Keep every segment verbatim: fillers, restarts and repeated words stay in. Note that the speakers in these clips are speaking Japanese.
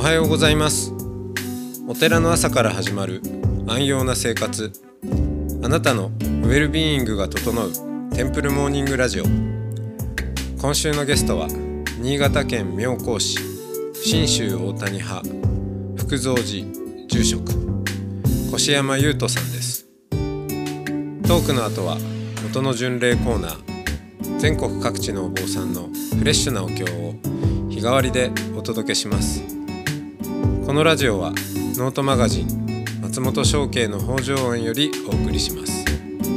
はようございます。お寺の朝から始まる安養な生活、あなたのウェルビーイングが整うテンプルモーニングラジオ。今週のゲストは新潟県妙高市信州大谷派福蔵寺住職越山優斗さんです。トークの後は元の巡礼コーナー、全国各地のお坊さんのフレッシュなお経を日替わりでお届けします。このラジオはノートマガジン松本商家の北条庵よりお送りします。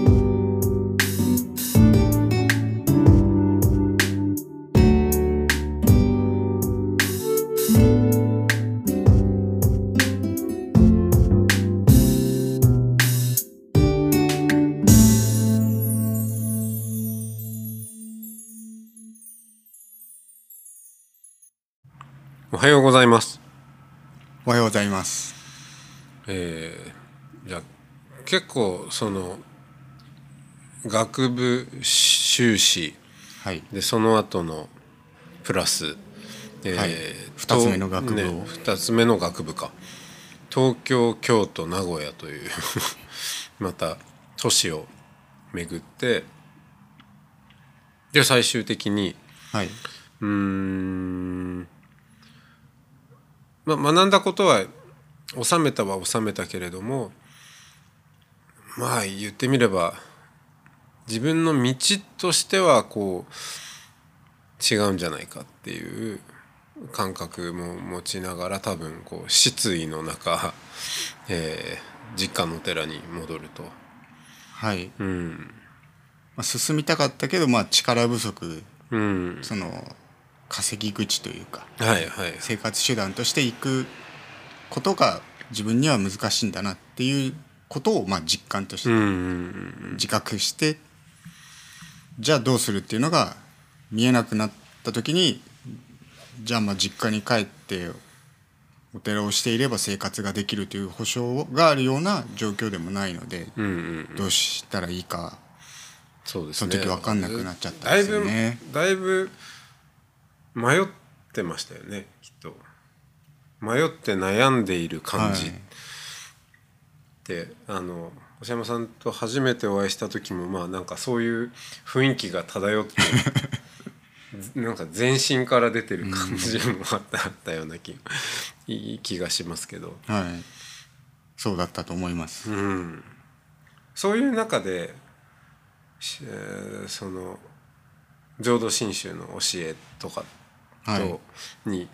おはようございます。 おはようございます。 えー、じゃあ結構その学部修士、 はい、 でその後のプラス、えーはい、ふたつめの学部を、 ね、ふたつめの学部か東京京都名古屋というまた都市を巡ってで最終的に、 はい、 うーんまあ、学んだことは収めたは収めたけれども、まあ言ってみれば自分の道としてはこう違うんじゃないかっていう感覚も持ちながら多分こう失意の中、えー、実家のお寺に戻ると、 はい、 うんまあ、進みたかったけど、まあ、力不足、 うん、 その稼ぎ口というか、 はいはい、 生活手段としていくことが自分には難しいんだなっていうことを、まあ、実感として自覚して、じゃあどうするっていうのが見えなくなった時に、じゃあまあ実家に帰ってお寺をしていれば生活ができるという保証があるような状況でもないので、 うんうんうん、 どうしたらいいか、 そうですね、 その時分かんなくなっちゃったんですよね。 だいぶだいぶ迷ってましたよね、きっと。迷って悩んでいる感じって、はい、あの越山さんと初めてお会いした時もまあなんかそういう雰囲気が漂ってなんか全身から出てる感じもあった、うん、あったような 気, いい気がしますけど、 はい、そうだったと思います、 うん、そういう中で、えー、その浄土真宗の教えとかと、はい、に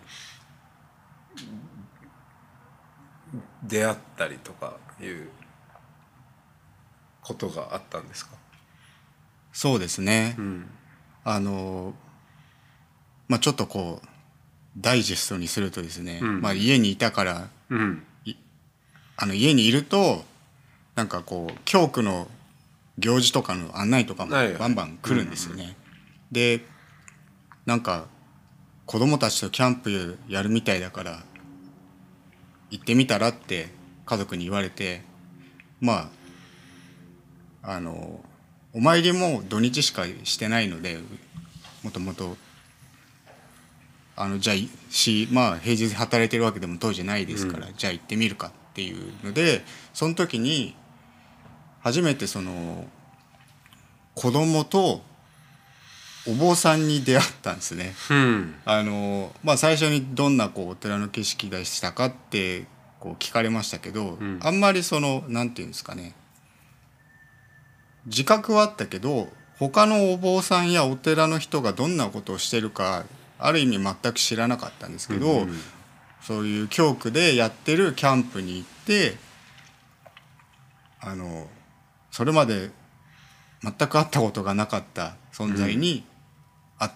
出会ったりとかいうことがあったんですか？ そうですね、 うん、 あのまあちょっとこうダイジェストにするとですね、うん、まあ家にいたから、うん、あの家にいるとなんかこう教区の行事とかの案内とかもバンバン来るんですよね、はいはい、でなんか子供たちとキャンプやるみたいだから行ってみたらって家族に言われて、まああのお参りも土日しかしてないので、もともとあのじゃあし、まあ、平日働いてるわけでも当時ないですから、うん、じゃあ行ってみるかっていうので、その時に初めてその子供とお坊さんに出会ったんですね、うん、あのまあ、最初にどんなこうお寺の景色でしたかってこう聞かれましたけど、うん、あんまりそのなんていうんですかね、自覚はあったけど他のお坊さんやお寺の人がどんなことをしてるかある意味全く知らなかったんですけど、うんうん、そういう教区でやってるキャンプに行ってあのそれまで全く会ったことがなかった存在に会って、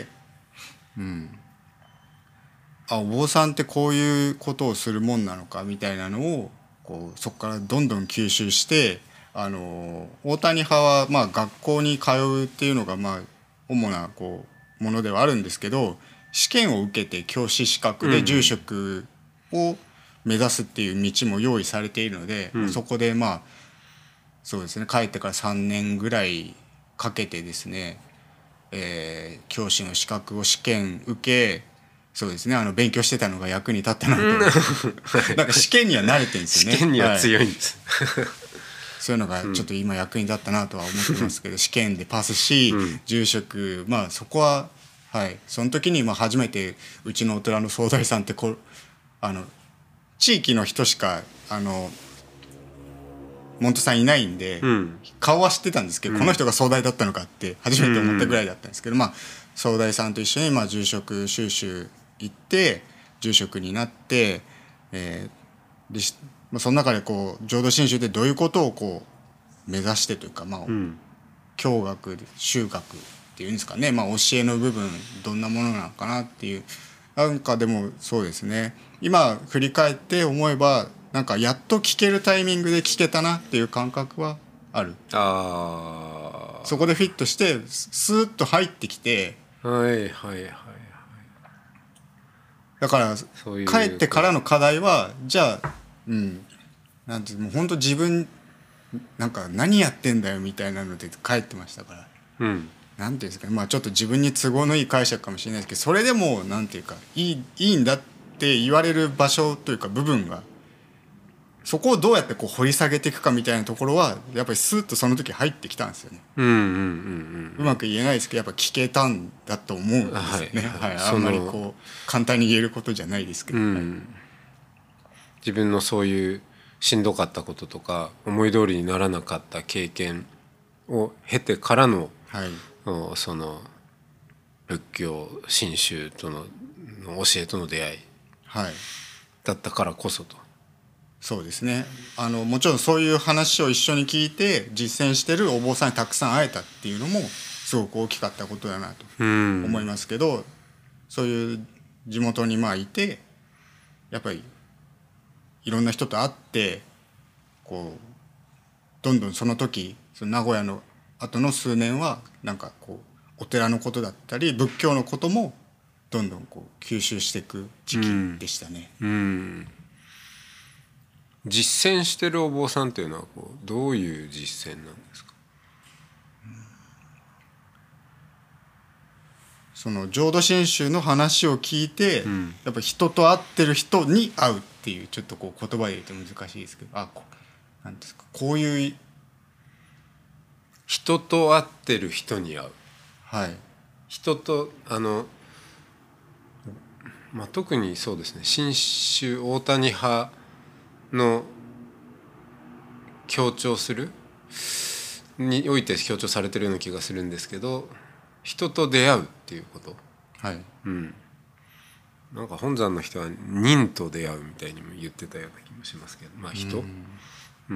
うんうん、あ、お坊さんってこういうことをするもんなのかみたいなのをこうそこからどんどん吸収して、あの大谷派はまあ学校に通うっていうのがまあ主なこうものではあるんですけど、試験を受けて教師資格で住職を目指すっていう道も用意されているので、うん、そこでまあそうですね、帰ってからさんねんぐらいかけてですね、えー、教師の資格を試験受け、 そうですね、あの勉強してたのが役に立ったなと、うん、なんか試験には慣れてるんですよね。 試験には強いんです、はい、 そういうのがちょっと今役に立ったなとは思ってますけど、うん、試験でパスし、うん、住職まあそこははいその時にまあ初めてうちのお寺の総大さんってこあの地域の人しかあの門徒さんいないんで、うん、顔は知ってたんですけど、うん、この人が総大だったのかって初めて思ったぐらいだったんですけど、うん、まあ総大さんと一緒にまあ住職修習行って住職になって、えー、でまあ、その中でこう浄土真宗でどういうことをこう目指してというか、まあうん、教学修学っていうんですかね、まあ、教えの部分どんなものなのかなっていうなんかでもそうですね今振り返って思えばなんかやっと聞けるタイミングで聞けたなっていう感覚はある。 あそこでフィットしてスーッと入ってきて、 はいはいはいはい、 だから帰ってからの課題はじゃあうんなんてもう本当自分なんか何やってんだよみたいなので帰ってましたから、うん、なんていうんですかね、まあちょっと自分に都合のいい解釈かもしれないですけどそれでもなんていうかいいいいんだって言われる場所というか部分がそこをどうやってこう掘り下げていくかみたいなところはやっぱりスーッとその時入ってきたんですよね。 うんうんうんうん、 うまく言えないですけどやっぱ聞けたんだと思うんですよね、はいはいはい、あんまりこう簡単に言えることじゃないですけど、うんはい、 自分のそういうしんどかったこととか思い通りにならなかった経験を経てからの、はい、その仏教真宗との教えとの出会いだったからこそと、 そうですねあのもちろんそういう話を一緒に聞いて実践してるお坊さんにたくさん会えたっていうのもすごく大きかったことだなと思いますけど、うん、そういう地元にまあいてやっぱりいろんな人と会ってこうどんどんその時その名古屋の後の数年はなんかこうお寺のことだったり仏教のこともどんどんこう吸収していく時期でしたね。うんうん実践してるお坊さんというのはこうどういう実践なんですか？ その浄土真宗の話を聞いて、うん、やっぱ人と会ってる人に会うっていうちょっとこう言葉で言うと難しいですけどあこなんですかこういう人と会ってる人に会う、 はい、 人とあの、まあ、特にそうですね真宗大谷派の強調するにおいて強調されてるような気がするんですけど人と出会うっていうこと、 はいうん、なんか本山の人は人と出会うみたいにも言ってたような気もしますけどまあ人、うんうん、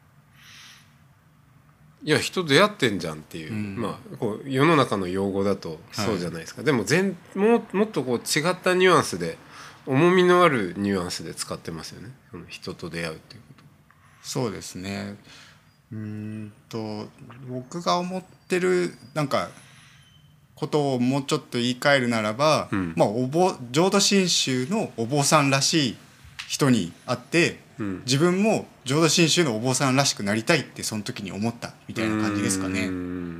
いや人出会ってんじゃんっていう、うん、まあこう世の中の用語だとそうじゃないですか、はい、でも全ももっとこう違ったニュアンスで重みのあるニュアンスで使ってますよねその人と出会うっていうこと。 そうですねうんと僕が思ってるなんかことをもうちょっと言い換えるならば、うん、まあお坊浄土真宗のお坊さんらしい人に会って、うん、自分も浄土真宗のお坊さんらしくなりたいってその時に思ったみたいな感じですかね。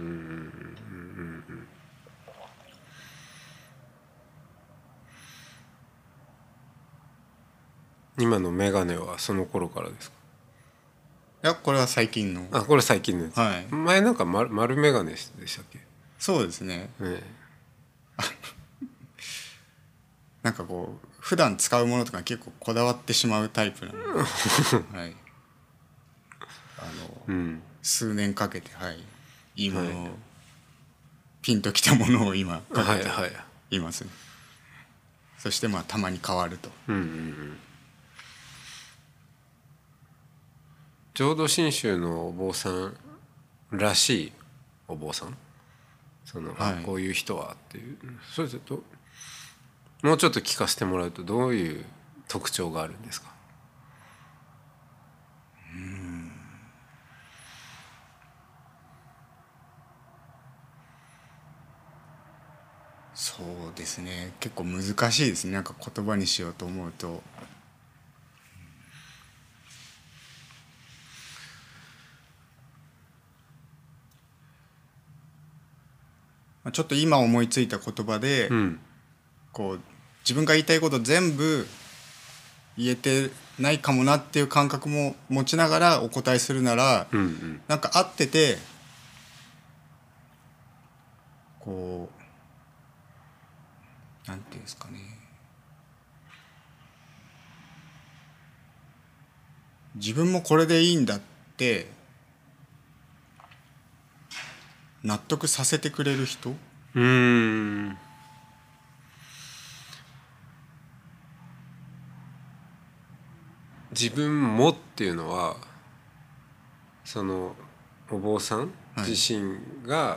今のメガネはその頃からですか？ いやこれは最近の。 あこれ最近のやつ、はい、前なんか 丸, 丸メガネでしたっけ？ そうですね、ええ、なんかこう普段使うものとか結構こだわってしまうタイプなので、はい、あの、うん、数年かけて、はい、いいものを、はい、ピンときたものを今かけていますね、はいはい、そしてまあたまに変わると、うんうんうん、 浄土真宗のお坊さんらしいお坊さんその、はい、こういう人はっていうそれともうちょっと聞かせてもらうとどういう特徴があるんですか？うーんそうですね結構難しいですねなんか言葉にしようと思うと。ちょっと今思いついた言葉で、うん、こう自分が言いたいこと全部言えてないかもなっていう感覚も持ちながらお答えするなら、うんうん、なんか合っててこうなんていうんですかね、自分もこれでいいんだって納得させてくれる人。 うーん自分もっていうのはそのお坊さん自身が、はい、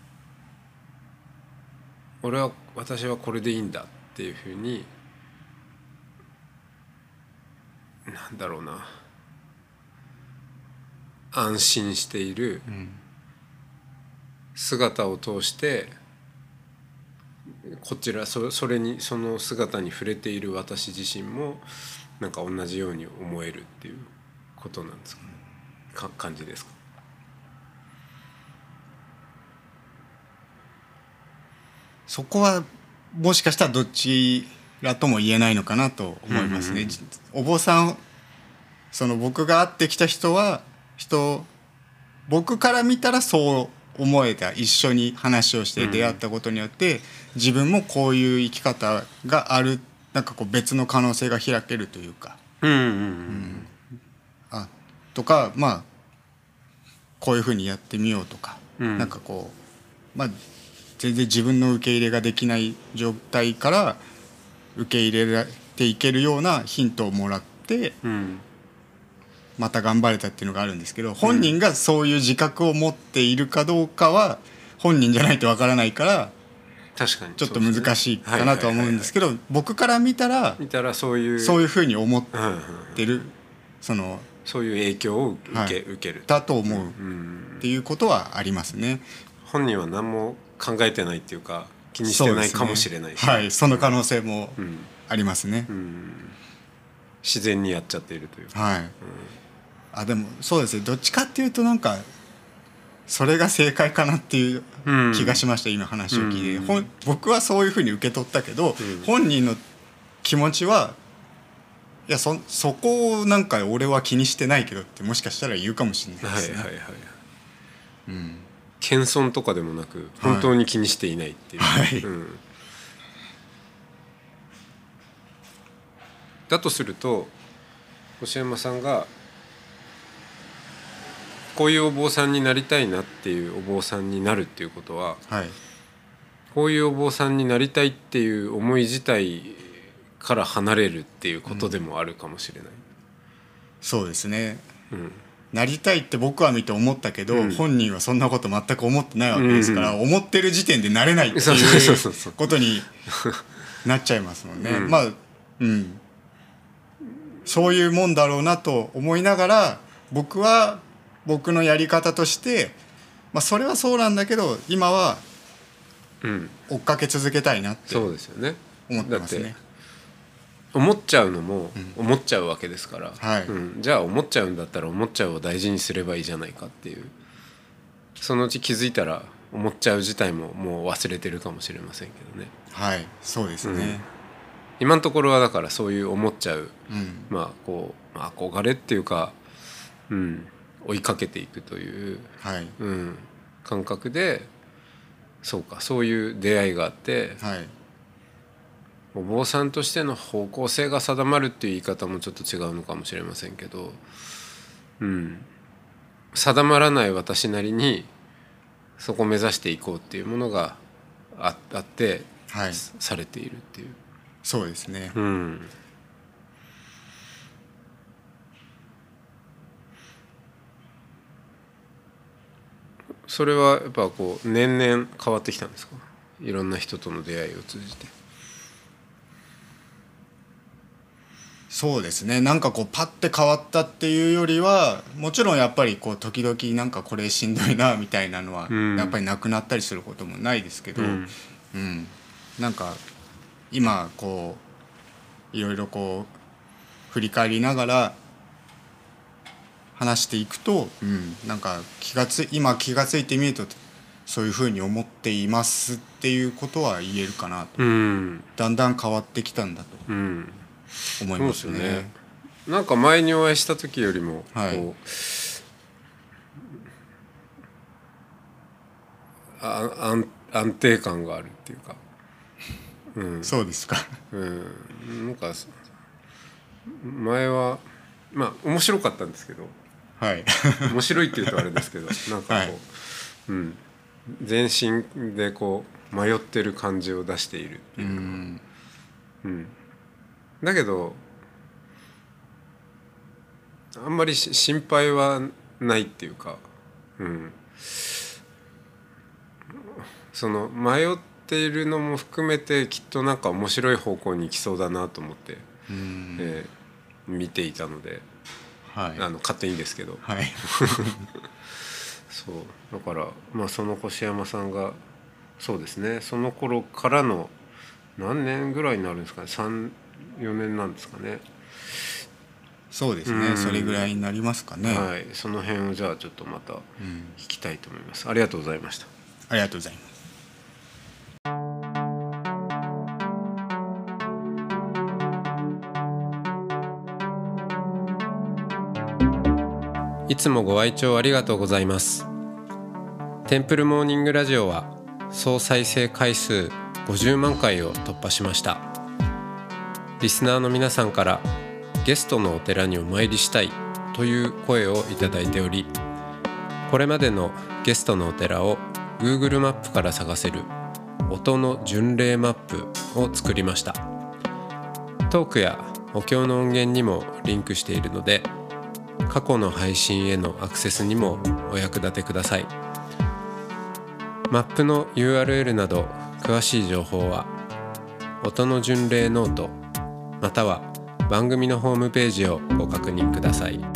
俺は私はこれでいいんだっていうふうになんだろうな安心している姿を通してこちら そ, それにその姿に触れている私自身もなんか同じように思えるっていうことなんですかね。か感じですか。 そこはもしかしたらどちらとも言えないのかなと思いますね。うんうんうん、お坊さんその僕が会ってきた人は人僕から見たらそう思えた、一緒に話をして出会ったことによって、うん、自分もこういう生き方がある、なんかこう別の可能性が開けるというか、 うんうんうんうん、 あとかまあこういうふうにやってみようとか、うん、なんかこうまあ全然自分の受け入れができない状態から受け入れていけるようなヒントをもらって、うん、また頑張れたっていうのがあるんですけど、本人がそういう自覚を持っているかどうかは本人じゃないとわからないから確かにちょっと難しいかなとは思うんですけど、僕から見たら見たらそういうそういうふうに思ってる、そのそういう影響を受け、はい、受けるだと思うっていうことはありますね。 本人は何も考えてないっていうか気にしてないかもしれないし、 ね、はい、その可能性もありますね、 うんうん、自然にやっちゃっているというか、 はい、うん、あでもそうですね、どっちかっていうとなんかそれが正解かなっていう気がしました、うん、今話を聞いて、うん、僕はそういうふうに受け取ったけど、うん、本人の気持ちはいや そ, そこをなんか俺は気にしてないけどってもしかしたら言うかもしれないですね。はいはいはい、 うん、謙遜とかでもなく本当に気にしていないっていう、はいうん、だとすると星山さんがこういうお坊さんになりたいなっていうお坊さんになるっていうことは、はい、こういうお坊さんになりたいっていう思い自体から離れるっていうことでもあるかもしれない、うん、 そうですね、うん、なりたいって僕は見て思ったけど、うん、本人はそんなこと全く思ってないわけですから、うんうん、思ってる時点でなれないっていうことになっちゃいますもんね、うん、まあ、うん、そういうもんだろうなと思いながら僕は僕のやり方として、まあ、それはそうなんだけど今は追っかけ続けたいなって思ってますね。 思っちゃうのも思っちゃうわけですから、うんはいうん、じゃあ思っちゃうんだったら思っちゃうを大事にすればいいじゃないかっていう、そのうち気づいたら思っちゃう自体ももう忘れてるかもしれませんけどね。 はいそうですね、うん、 今のところはだからそういう思っちゃう、うん、まあこう、まあ、憧れっていうか、うん、追いかけていくという、はいうん、感覚でそうかそういう出会いがあって、はい、お坊さんとしての方向性が定まるっていう言い方もちょっと違うのかもしれませんけど、うん、定まらない私なりにそこを目指していこうっていうものが あ, あって、はい、されているっていう。 そうですね、うん、 それはやっぱこう年々変わってきたんですか？いろんな人との出会いを通じて。 そうですね、なんかこうパッて変わったっていうよりはもちろんやっぱりこう時々なんかこれしんどいなみたいなのはやっぱりなくなったりすることもないですけど、うんうん、なんか今こういろいろこう振り返りながら話していくと、うん、なんか気がつ今気がついてみるとそういうふうに思っていますっていうことは言えるかなと、 うん、 だんだん変わってきたんだと思いますね。 そうですよね。なんか前にお会いした時よりもこう、はい、あ安安定感があるっていうか、 うん、そうですか、 うん、なんか前はまあ面白かったんですけど、 はい、 面白いっていうとあれですけどなんかこう、はい、うん、全身でこう迷ってる感じを出しているっていうのは、うんうん、だけどあんまり心配はないっていうか、うん、その迷っているのも含めてきっとなんか面白い方向に行きそうだなと思って、うんえー、見ていたので、はい、あの勝手にですけど、はい、そうだから、まあ、その越山さんがそうですね、その頃からの何年ぐらいになるんですかね、さん、よねんなんですかね。 そうですね、うん、それぐらいになりますかね。 はい、その辺をじゃあちょっとまた聞きたいと思います、うん、ありがとうございました。 ありがとうございます。 いつもご愛聴ありがとうございます。テンプルモーニングラジオは総再生回数ごじゅうまんかいを突破しました。リスナーの皆さんからゲストのお寺にお参りしたいという声をいただいており、これまでのゲストのお寺を Google マップから探せる音の巡礼マップを作りました。トークやお経の音源にもリンクしているので、過去の配信へのアクセスにもお役立てください。マップの ユーアールエル など詳しい情報は音の巡礼ノートまたは番組のホームページをご確認ください。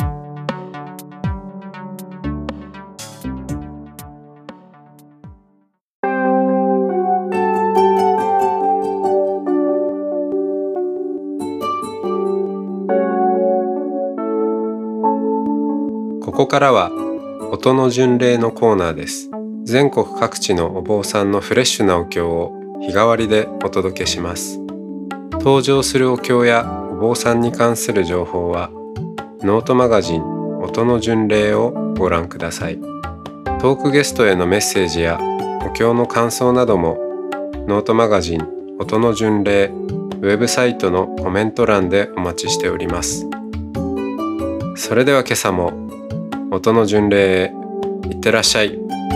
ここからは音の巡礼のコーナーです。全国各地のお坊さんのフレッシュなお経を日替わりでお届けします。登場するお経やお坊さんに関する情報はノートマガジン音の巡礼をご覧ください。トークゲストへのメッセージやお経の感想などもノートマガジン音の巡礼ウェブサイトのコメント欄でお待ちしております。それでは今朝も音の巡礼へいってらっしゃい。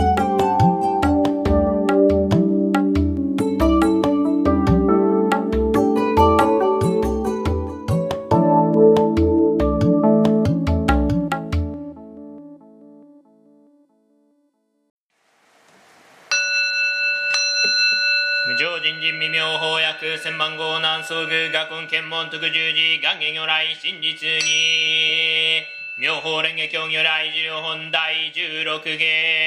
無常人人未妙法訳千万号南宋宮学問検問特十字願下如来真実に妙法蓮華経如来寿量本第十六芸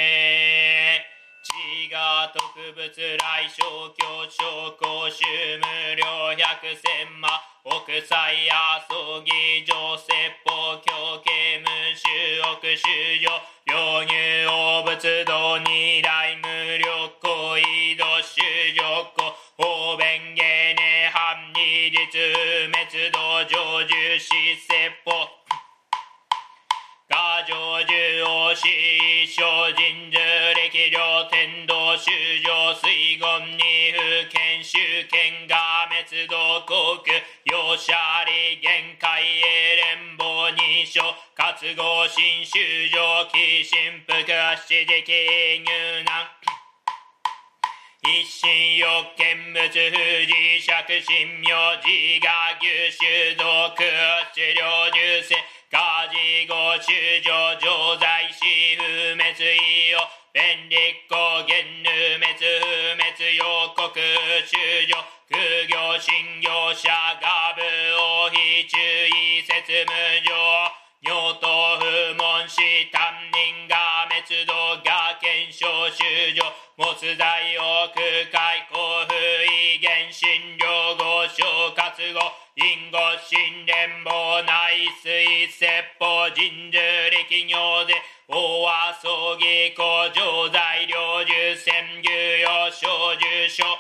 地が特物来小教小公衆無料百千万億歳や葬儀上説法教刑無収億修上領入応仏道二来無力行為度修上行法弁芸ネ反二実滅道成就死説法過剰重王子小人数力量天道修上水言二不権集権が滅道航空容赦利限界へ連邦二所活合新修上起心腹七時期入難一心欲見物不自釈神明自我牛種族治療重生ガジゴ修上常在死不滅意を便立公言ぬ滅不滅予告修上苦行信業者ガブ王非注意説無常尿頭不問死担任が滅度が検証修上没罪を空海公不意見診療後小活後因果心連邦内水説法人樹力行で大和葬儀工場材料重戦牛用小重所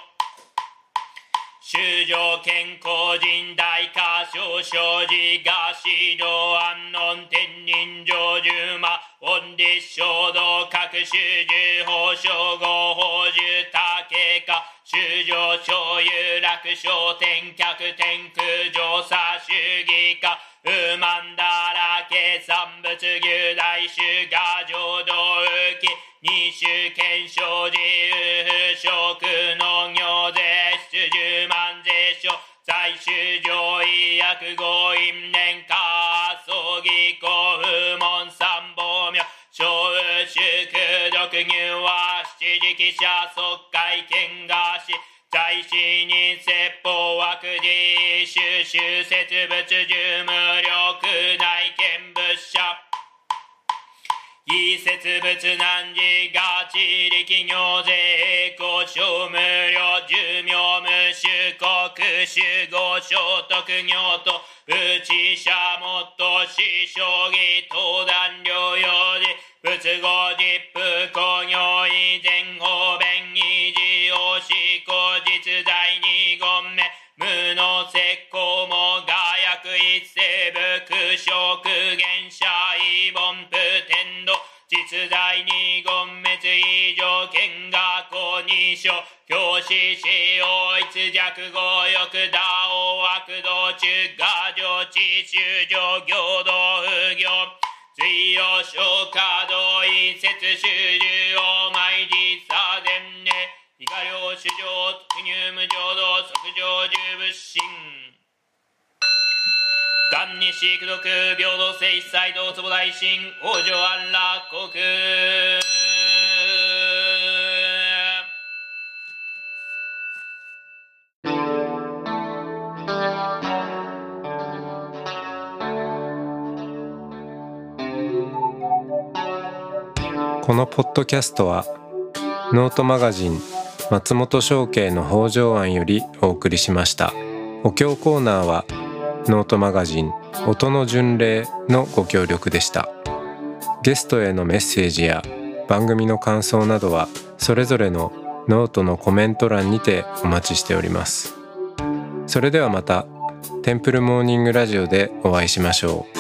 修上健康人大歌唱生寺が指導安穏天人上十魔恩立衝動各種十法称号法十竹か修上超有楽昇天客天空上差主義かウマンだらけ産物牛大衆が浄土浮き二種検証自由食農業税出十万税所在州上位約五因年下葬儀公不問三宝名小宇祝毒牛は七時記者即会見がし在市に説法枠自収集設物重無力内見物者異設物難事が地力業税交渉無料寿命無種国集合所得業と内社もっと死将棋登壇療養時仏語実布工業以前方便維持を施行実在に言目無の石膏もが薬一世仏食原社異凡不天道実在に言滅以上見学校二所教師使用一弱語欲打王悪道中画上地修上行道不行水曜消化道一節修十王毎日差前ね以下領主上特入無浄土即上十仏心元日四功徳平等性一切同坪大神往生安楽国このポッドキャストはノートマガジン松本商家の北条庵よりお送りしました。お経コーナーはノートマガジン音の巡礼のご協力でした。ゲストへのメッセージや番組の感想などはそれぞれのノートのコメント欄にてお待ちしております。それではまたテンプルモーニングラジオでお会いしましょう。